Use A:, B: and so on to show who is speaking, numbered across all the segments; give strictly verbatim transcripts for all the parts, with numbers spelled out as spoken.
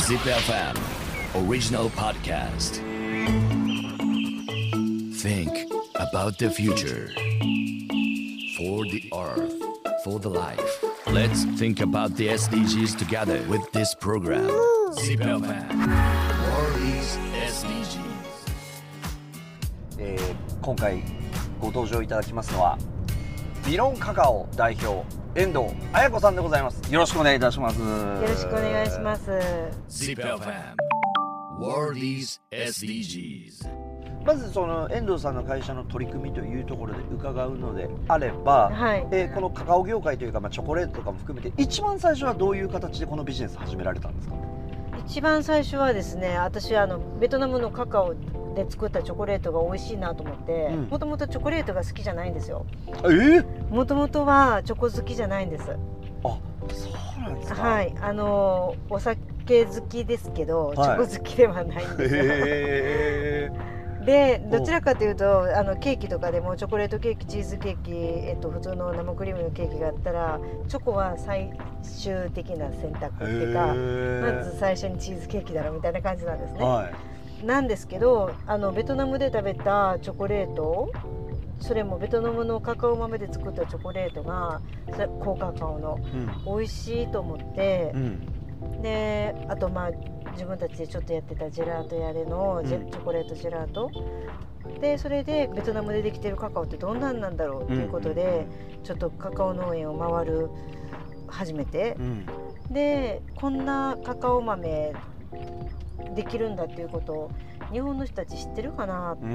A: Zip エフエム Original Podcast. Think about the future. For the earth, for the life. Let's think about the エスディージーズ together with this program. Zip エフエム World is エスディージーズ。
B: えー、今回ご登場いただきますのはビロンカカオ代表遠藤彩子さんでございます。よろしくお願いいたします。よ
C: ろしくお願いします。
A: Zip エフエム World is エスディージーズ。
B: まずその遠藤さんの会社の取り組みというところで伺うのであれば、
C: はい、
B: えー、このカカオ業界というか、まあ、チョコレートとかも含めて一番最初はどういう形でこのビジネス始められたんですか？
C: 一番最初はですね、私はあのベトナムのカカオで作ったチョコレートが美味しいなと思ってもともとチョコレートが好きじゃないんですよ。
B: えー、
C: もともとはチョコ好きじゃないんです。あ、
B: そうなんですか。
C: はい、あのお酒好きですけど、はい、チョコ好きではないんですよ。えーでどちらかというとあのケーキとかでもチョコレートケーキ、チーズケーキ、えっと、普通の生クリームのケーキがあったらチョコは最終的な選択っていうか、まず最初にチーズケーキだろうみたいな感じなんですね。はい、なんですけどあのベトナムで食べたチョコレート、それもベトナムのカカオ豆で作ったチョコレートが高カカオの、うん、美味しいと思って、うん、であとまあ自分たちでちょっとやってたジェラート屋でのジェ、うん、チョコレートジェラートで、それでベトナムでできてるカカオってどんなんなんだろうっていうことで、うん、ちょっとカカオ農園を回る始めて、うん、でこんなカカオ豆できるんだっていうことを日本の人たち知ってるかなって、うん、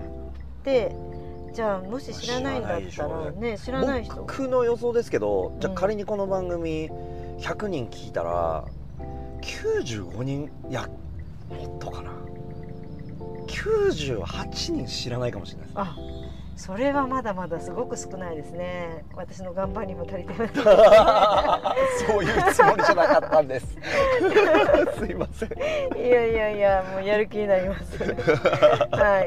C: じゃあもし知らないんだったらね、知らない人、
B: 僕の予想ですけど、じゃあ仮にこの番組ひゃくにん聞いたらきゅうじゅうごにん、いやもっとかな、きゅうじゅうはちにん知らないかもしれないです。
C: あ、それはまだまだすごく少ないですね。私の頑張りも足りてない
B: そういうつもりじゃなかったんですすいません。
C: いやいやいや、もうやる気になりますはい、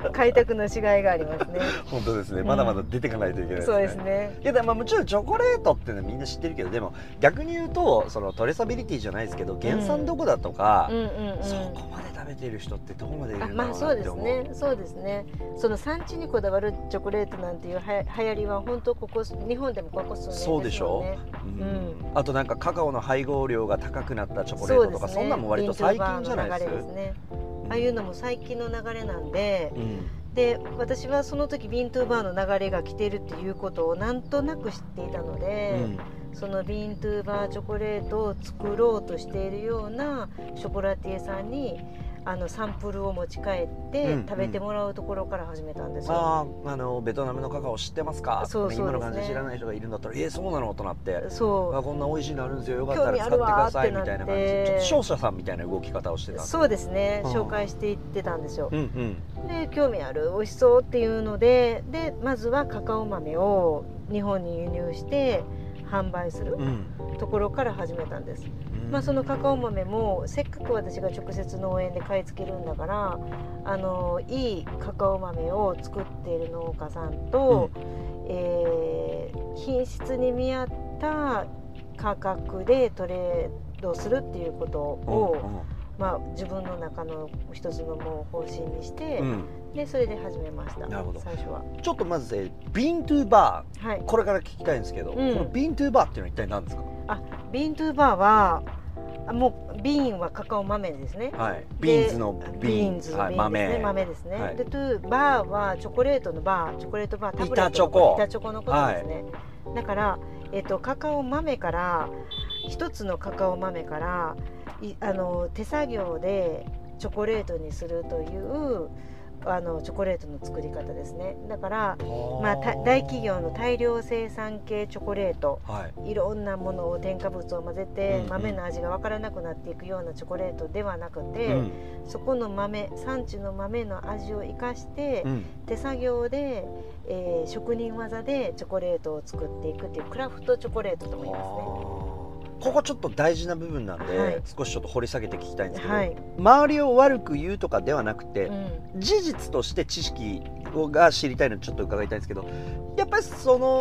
C: 開拓のしがいがありますね。
B: 本当ですね、まだまだ出ていかないといけないですね、
C: うん、そうですね。
B: いや、まあ、もちろんチョコレートっていうのはみんな知ってるけど、でも逆に言うとそのトレーサビリティじゃないですけど、原産どこだとか、うんうんうんうん、そこまで食べてる人ってどこまでいるんだろうなって思う。
C: あ、まあそうですね、そうですね。その産地にこだわるチョコレートなんていうは流行りは本当ここ日本でもここ数年ですよね。
B: そうでしょう、うんうん、あとなんかカカオの配合量が高くなったチョコレートとか そ,、ね、そんなのも割と最近じゃないですか。
C: ね、ああいうのも最近の流れなんで、うん、で私はその時ビーントゥーバーの流れが来てるっていうことをなんとなく知っていたので、うん、そのビーントゥーバーチョコレートを作ろうとしているようなショコラティエさんにあのサンプルを持ち帰って食べてもらうところから始めたんですよ。
B: うんうん、ああのベトナムのカカオ知ってますか？そうそうですね、今の感じで知らない人がいるんだったら、えー、そうなのとなって、そうあこんな美味しいのあるんですよ、よかったら使ってくださいみたいな感じで、ちょっと商社さんみたいな動き方をしてた。
C: そうですね、紹介していってたんですよ。うんうん、で興味ある、美味しそうっていうので、でまずはカカオ豆を日本に輸入して販売するところから始めたんです。うん、まあ、そのカカオ豆もせっかく私が直接農園で買い付けるんだから、あのいいカカオ豆を作っている農家さんと、うん、えー、品質に見合った価格でトレードするっていうことを、うんうん、まあ、自分の中の一つのもう方針にして、うん、でそれで始めました。なるほど。最初は
B: ちょっとまずビーントゥーバー、はい、これから聞きたいんですけど、うん、このビーントゥーバーっていうのは一体何ですか？
C: あ、ビーントゥーバーはもうビーンはカカオ豆ですね。
B: はい、ビーンズのビーンズ、
C: はい、豆豆ですね。はい、でトゥーバーはチョコレートのバー、チョコレートバー、タブレットの
B: 板チョコ、
C: 板チョコのことですね。はい、だから、えーと、カカオ豆から一つのカカオ豆からいあの手作業でチョコレートにするというあのチョコレートの作り方ですね。だから、まあ、大企業の大量生産系チョコレート、はい、いろんなものを添加物を混ぜて、うんうん、豆の味が分からなくなっていくようなチョコレートではなくて、うん、そこの豆、産地の豆の味を生かして、うん、手作業で、えー、職人技でチョコレートを作っていくっていうクラフトチョコレートとも言いますね。
B: ここちょっと大事な部分なんで、はい、少しちょっと掘り下げて聞きたいんですけど、はい、周りを悪く言うとかではなくて、うん、事実として知識が知りたいのでちょっと伺いたいんですけど、やっぱりその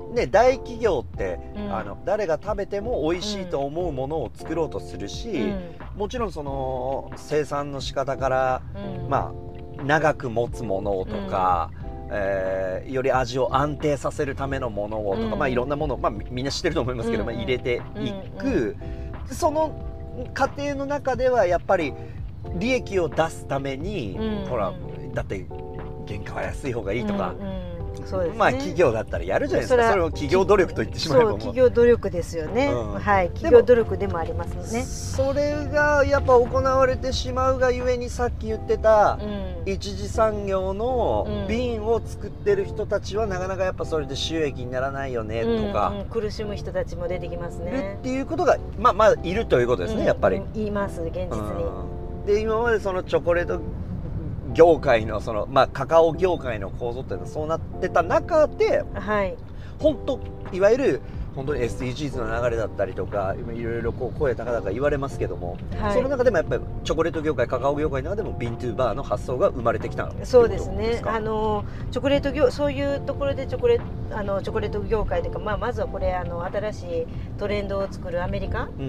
B: ね、大企業って、
C: うん、
B: あの誰が食べても美味しいと思うものを作ろうとするし、
C: うん、
B: もちろんその生産の仕方から、
C: うん、
B: まあ長く持つものとか、うん、えー、より味を安定させるためのものをとか、うん、まあいろんなものを、まあ、みんな知ってると思いますけど、うん、まあ、入れていく、うんうん、その過程の中ではやっぱり利益を出すために、うん、ほらだって原価は安い方がいいとか、うんうん、そうですね、まあ企業だったらやるじゃないですか。それを企業努力と言ってしまえばもう
C: 企業努力ですよね、うん、はい、企業努力でもありますね。
B: それがやっぱ行われてしまうがゆえに、さっき言ってた、うん、一次産業の瓶を作ってる人たちはなかなかやっぱそれで収益にならないよねとか、うんうん、
C: 苦しむ人たちも出てきますね
B: っていうことがまあまあいるということですね、うん、やっぱり、
C: うん、います現実に、
B: うん、で今までそのチョコレート業界のその、まあ、カカオ業界の構造っていうのはそうなってた中で、
C: はい、
B: 本当いわゆる本当に エスディージーズ の流れだったりとかいろいろこう声高々言われますけども、はい、その中でもやっぱりチョコレート業界カカオ業界の中でもビントゥーバーの発想が生まれてきたんですか。
C: そうですね、あのチョコレート業そういうところでチョコレあのチョコレート業界というか、まあ、まずはこれあの新しいトレンドを作るアメリカ、うん、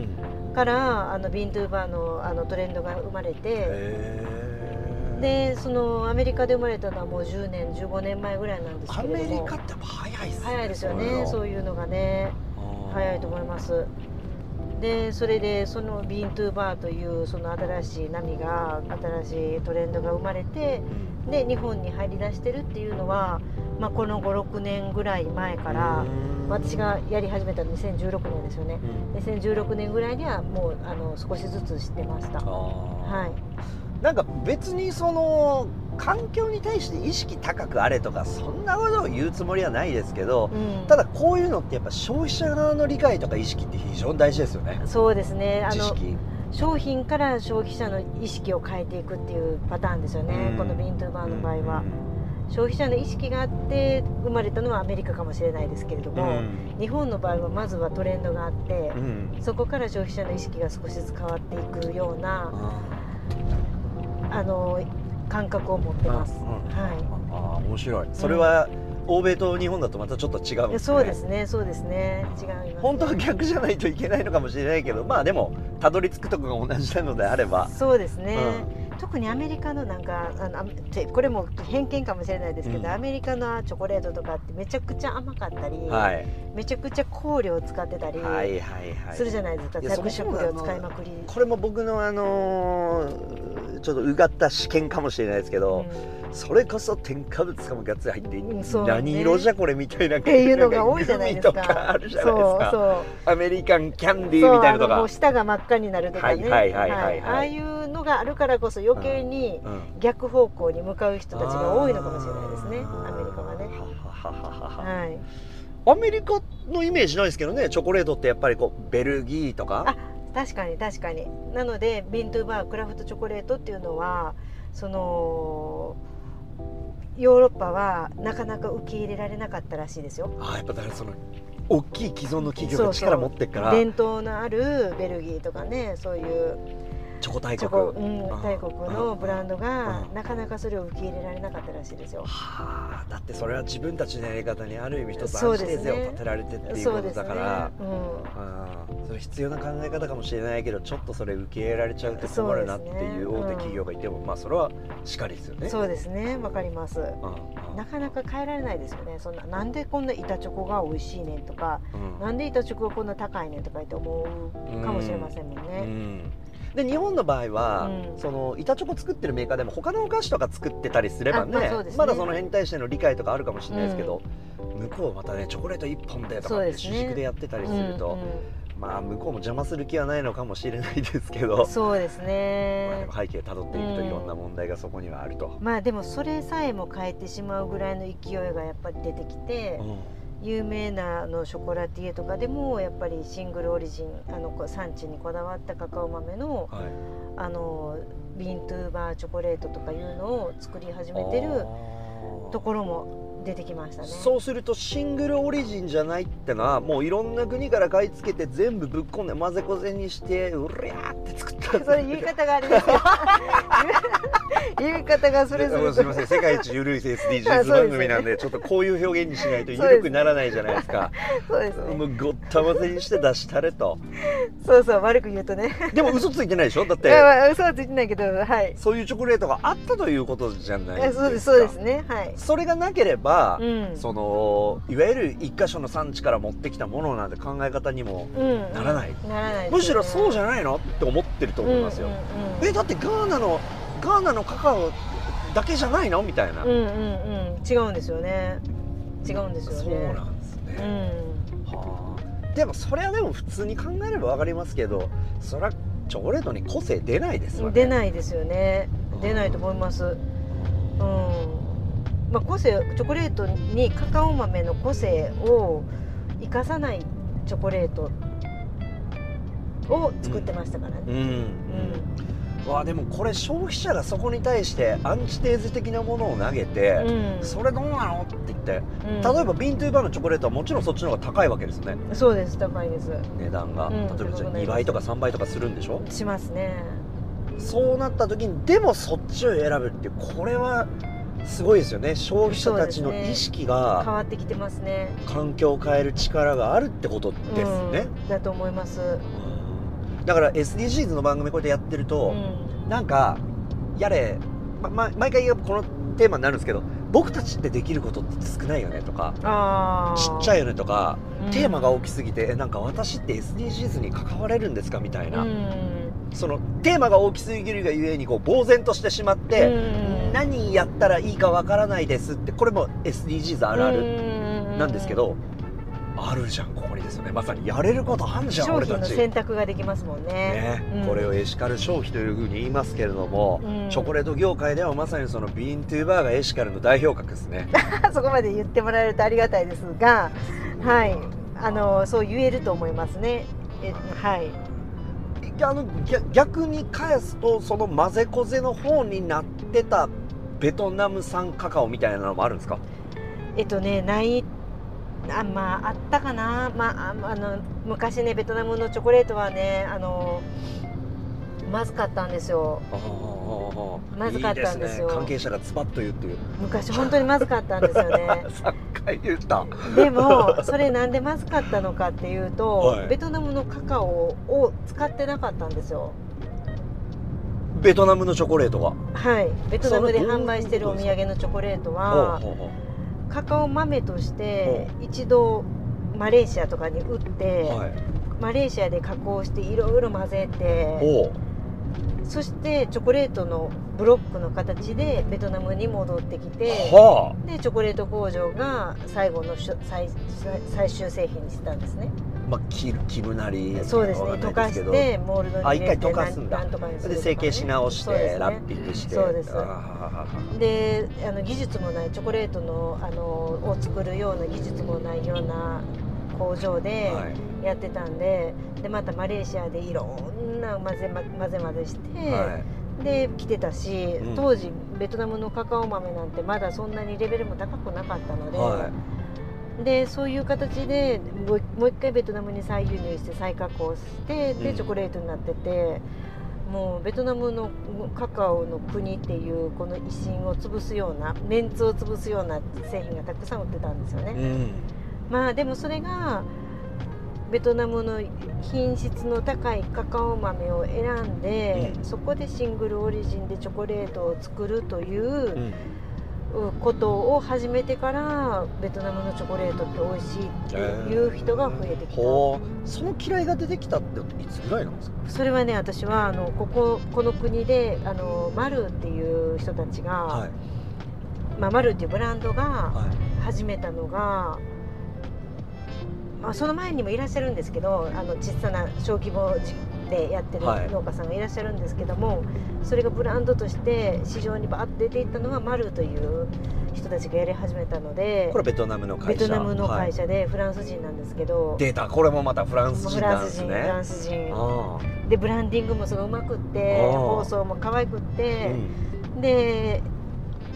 C: からあのビントゥーバーのあのトレンドが生まれて、へーでそのアメリカで生まれたのはもうじゅうねんじゅうごねんまえぐらいなんですけれども、
B: アメリカってやっぱ早いですね。
C: 早いですよね、そういうのがね早いと思います。でそれでそのビントゥーバーというその新しい波が新しいトレンドが生まれて、で日本に入り出してるっていうのは、まあ、このごろくねんぐらい前から私がやり始めたのにせんじゅうろくねんですよね、にせんじゅうろくねんぐらいにはもうあの少しずつ知ってました。はい、
B: なんか別にその環境に対して意識高くあれとかそんなことを言うつもりはないですけど、うん、ただこういうのってやっぱ消費者側の理解とか意識って非常に大事ですよね。
C: そうですね、あの商品から消費者の意識を変えていくっていうパターンですよね、うん、このビントゥーバーの場合は、うん、消費者の意識があって生まれたのはアメリカかもしれないですけれども、うん、日本の場合はまずはトレンドがあって、うん、そこから消費者の意識が少しずつ変わっていくような、うん、あの感覚を持ってます。うん、はい。
B: ああ、面白い。それは、うん、欧米と日本だとまたちょっと違うんですね。
C: そうですね、そうですね。違います、ね。
B: 本当は逆じゃないといけないのかもしれないけど、まあでもたどり着くとこが同じなのであれば。
C: そうですね。うん、特にアメリカのなんかあのこれも偏見かもしれないですけど、うん、アメリカのチョコレートとかってめちゃくちゃ甘かったり、はい、めちゃくちゃ香料を使ってたりするじゃないですか。着色料使いまくり。
B: これも僕のあのー、ちょっとうがった試験かもしれないですけど、うん、それこそ添加物かもガッツリ入って、うんね、何色じゃこれみたいな
C: っていうのが多いじゃないですか。
B: グミとかあるじゃないですか。そうそうアメリカンキャンディーみたいなのとか、
C: もう舌が真っ赤になるとかね、ああいうのがあるからこそ余計に逆方向に向かう人たちが多いのかもしれないですね、アメリカはね。はい、
B: アメリカのイメージないですけどね、チョコレートってやっぱりこうベルギーとか。
C: あ、確かに確かに。なのでビントゥーバークラフトチョコレートっていうのはそのヨーロッパはなかなか受け入れられなかったらしいですよ。
B: あ、やっぱだからその大きい既存の企業が力持ってっから
C: そうそう、伝統のあるベルギーとかね、そういう
B: チョコ大国、
C: うん、大国のブランドがなかなかそれを受け入れられなかったらしいですよ。
B: はあ、だってそれは自分たちのやり方にある意味一つアンチテーゼを立てられてっていうことだから、そ、ね、うん、それ必要な考え方かもしれないけど、ちょっとそれ受け入れられちゃうと困るなっていう大手企業がいても、うん、まあそれはしかりですよね。
C: そうですね、わかります、うん、なかなか変えられないですよね。そんな、なんでこんな板チョコが美味しいねんとか、うん、なんで板チョコがこんな高いねんとか言って思うかもしれませんもんね。うんうん、
B: で日本の場合は、うん、その板チョコ作ってるメーカーでも他のお菓子とか作ってたりすれば ね, ま, ねまだその辺に対しての理解とかあるかもしれないですけど、うん、向こうはまたねチョコレートいっぽんでとかって主軸でやってたりすると、うんうん、まあ向こうも邪魔する気はないのかもしれないですけど、
C: そうですね、
B: まあ、でも背景たどっていくといろんな問題がそこにはあると、
C: うん、まあでもそれさえも変えてしまうぐらいの勢いがやっぱり出てきて、うん、有名なあのショコラティエとかでもやっぱりシングルオリジン、あの産地にこだわったカカオ豆の、はい、あのビントゥーバーチョコレートとかいうのを作り始めてるところも出てきましたね。
B: そうするとシングルオリジンじゃないってのはもういろんな国から買い付けて全部ぶっ込んで混ぜこぜにしてうりゃーって作った
C: それ言い方があれですよ言い方がそれぞれ
B: すみません、世界一ゆるい エスディージーズ 番組なんでちょっとこういう表現にしないとゆるくならないじゃないですか。
C: そうですね。
B: もうごった混ぜにして出したれと。
C: そうそう、悪く言うとね
B: でも嘘ついてないでしょ、だっ
C: い
B: て
C: や嘘はついてないけど、はい、
B: そういうチョコレートがあったということじゃないですか。
C: そうですそうですね、はい。
B: それがなければ、
C: うん、
B: そのいわゆる一箇所の産地から持ってきたものなんて考え方にもならない、
C: うん、ならないですよね。
B: むしろそうじゃないのって思ってると思いますよ。
C: うんうんうん、
B: えだってガーナのガーナのカカオだけじゃないのみたいな。
C: うんうんうん、違うんですよね。違うんですよね。
B: そうなんですね。
C: うん、
B: はあ。でもそれはでも普通に考えればわかりますけど、それはチョコレートに個性出ないですよね。
C: 出ないですよね。出ないと思います。うん。まあ個性、チョコレートにカカオ豆の個性を生かさないチョコレートを作ってましたからね。
B: うん。うんうん、わあでもこれ消費者がそこに対してアンチテーゼ的なものを投げて、うん、それどうなのって言って、うん、例えばビントゥーバーのチョコレートはもちろんそっちの方が高いわけですよね。
C: そうです、高いです。
B: 値段が、うん、例えばじゃあにばいとかさんばいとかするんでしょ。
C: しますね。
B: そうなった時にでもそっちを選ぶってこれはすごいですよね。消費者たちの意識が、
C: ね、変わってきてますね。
B: 環境を変える力があるってことですね、
C: うん、だと思います。
B: だから エスディージーズ の番組こうやってやってると、うん、なんかやれ、まま、毎回このテーマになるんですけど、僕たちってできることって少ないよねとか、
C: あ
B: ちっちゃいよねとか、うん、テーマが大きすぎてなんか私って エスディージーズ に関われるんですかみたいな、うん、そのテーマが大きすぎるがゆえにこう呆然としてしまって、うん、何やったらいいかわからないですって、これも エスディージーズ あるあるなんですけど、あるじゃんここにですよね。まさにやれることあんじゃん俺たち。
C: 商品の選択ができますもんね。
B: ね、うん、これをエシカル消費というふうに言いますけれども、うん、チョコレート業界ではまさにそのビーントゥーバーがエシカルの代表格ですね
C: そこまで言ってもらえるとありがたいですが、はい、あのそう言えると思いますね。えはい。
B: あの逆に返すとその混ぜこぜの方になってたベトナム産カカオみたいなのもあるんですか？
C: えっとねないあまああったかな、まあ、あの昔ねベトナムのチョコレートはねあのまずかったんですよ。まずかったんですよ。
B: いいですね、関係者がズバッと言うっていう。
C: 昔本当にまずかったんですよね
B: さんかい言った。
C: でもそれなんでまずかったのかっていうと、はい、ベトナムのカカオを使ってなかったんですよ。
B: ベトナムのチョコレートは、
C: はい、ベトナムで販売してるお土産のチョコレートはカカオ豆として一度マレーシアとかに売って、はい、マレーシアで加工していろいろ混ぜて、そしてチョコレートのブロックの形でベトナムに戻ってきて、はあ、でチョコレート工場が最後の最最終製品にしてたんですね。
B: まあ、切る切るなり
C: そうですね、溶かしてモールドに入れて、
B: あ、一回溶かすんだ。なんとかにするとかね、で成形し直して、ね、ラッピングして、
C: そうです。であの技術もないチョコレートのあのを作るような技術もないような工場でやってたんで、はい、でまたマレーシアでいろんな混ぜ混ぜ混ぜして、はい、で来てたし、うん、当時ベトナムのカカオ豆なんてまだそんなにレベルも高くなかったので、はい、でそういう形でもう一回ベトナムに再輸入して再加工してでチョコレートになってて、うん、もうベトナムのカカオの国っていうこの威信を潰すようなメンツを潰すような製品がたくさん売ってたんですよね。うん、まあでもそれがベトナムの品質の高いカカオ豆を選んで、うん、そこでシングルオリジンでチョコレートを作るということを始めてからベトナムのチョコレートって美味しいっていう人が増えてきた、えー、
B: その嫌いが出てきたっていつぐらいなんですか？
C: それはね、私はあのこここの国であのマルっていう人たちが、はい、まあ、マルっていうブランドが始めたのが、はい、まあ、その前にもいらっしゃるんですけど、あの小さな小規模でやってる農家さんがいらっしゃるんですけども、はい、それがブランドとして市場にバーッと出ていったのはマルという人たちがやり始めたので、
B: これベトナムの会社、
C: ベトナムの会社でフランス人なんですけど、
B: 出た、これもまたフランス人なんですね。
C: フランス人、フランス人でブランディングもすごいうまくって、包装も可愛くって、うん、で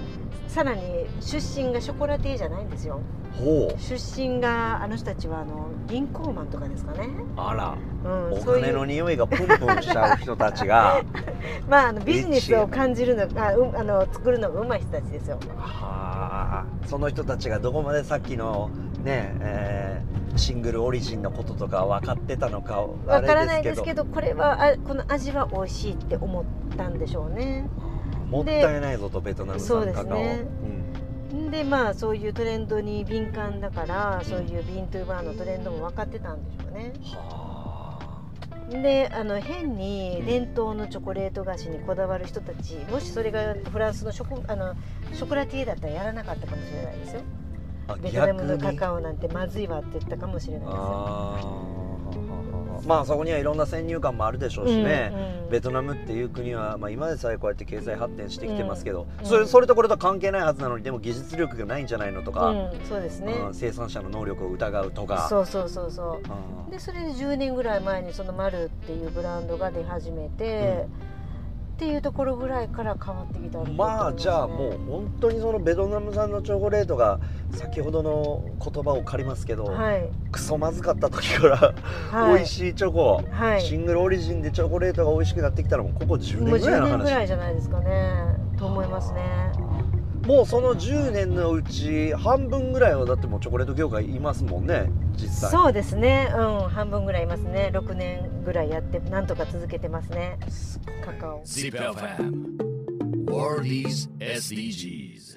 C: さらに出身がショコラティエじゃないんですよ。
B: ほう。
C: 出身があの人たちはあの銀行マンとかですかね。
B: あら、
C: うん、
B: お金の匂いがプンプンしちゃう人たちが
C: まああのビジネスを感じるのが、うん、あの作るのが上手い人たちですよ。
B: はあ、その人たちがどこまでさっきのね、えー、シングルオリジンのこととか分かってたのか
C: わからないですけど、これはあこの味は美味しいって思ったんでしょうね。
B: もったいないぞとベトナム産カカオ。
C: ね、うん、でまあそういうトレンドに敏感だから、うん、そういうビーントゥーバーのトレンドも分かってたんでしょうね。はあ、であの変に伝統のチョコレート菓子にこだわる人たち、もしそれがフランスのショコ、あのショコラティエだったらやらなかったかもしれないですよ。ベトナムのカカオなんてまずいわって言ったかもしれないですよ。
B: まあそこにはいろんな先入観もあるでしょうしね、うんうん、ベトナムっていう国は、まあ、今でさえこうやって経済発展してきてますけど、うん、それ、それとこれとは関係ないはずなのに、でも技術力がないんじゃないのとか、うん、そうですね、うん、生産者の能力を疑うとか、
C: そうそうそうそう、うん、でそれでじゅうねんぐらい前にそのマルっていうブランドが出始めて、うんっていうところぐらいから変わってきたんだと思いますね。
B: まあじゃあもう本当にそのベトナム産のチョコレートが先ほどの言葉を借りますけど、はい、クソまずかった時から、はい、美味しいチョコ、はい、シングルオリジンでチョコレートが美味しくなってきたらもうここじゅうねんぐらいの話。もうじゅうねんぐらい
C: じゃないですかねと思いますね。
B: もうそのじゅうねんのうち半分ぐらいはだってもうチョコレート業界いますもんね実際。
C: そうですね、うん、半分ぐらいいますね。ろくねんぐらいやってなんとか続けてますねカカオ。
A: Zip エフエム World is エスディージーズ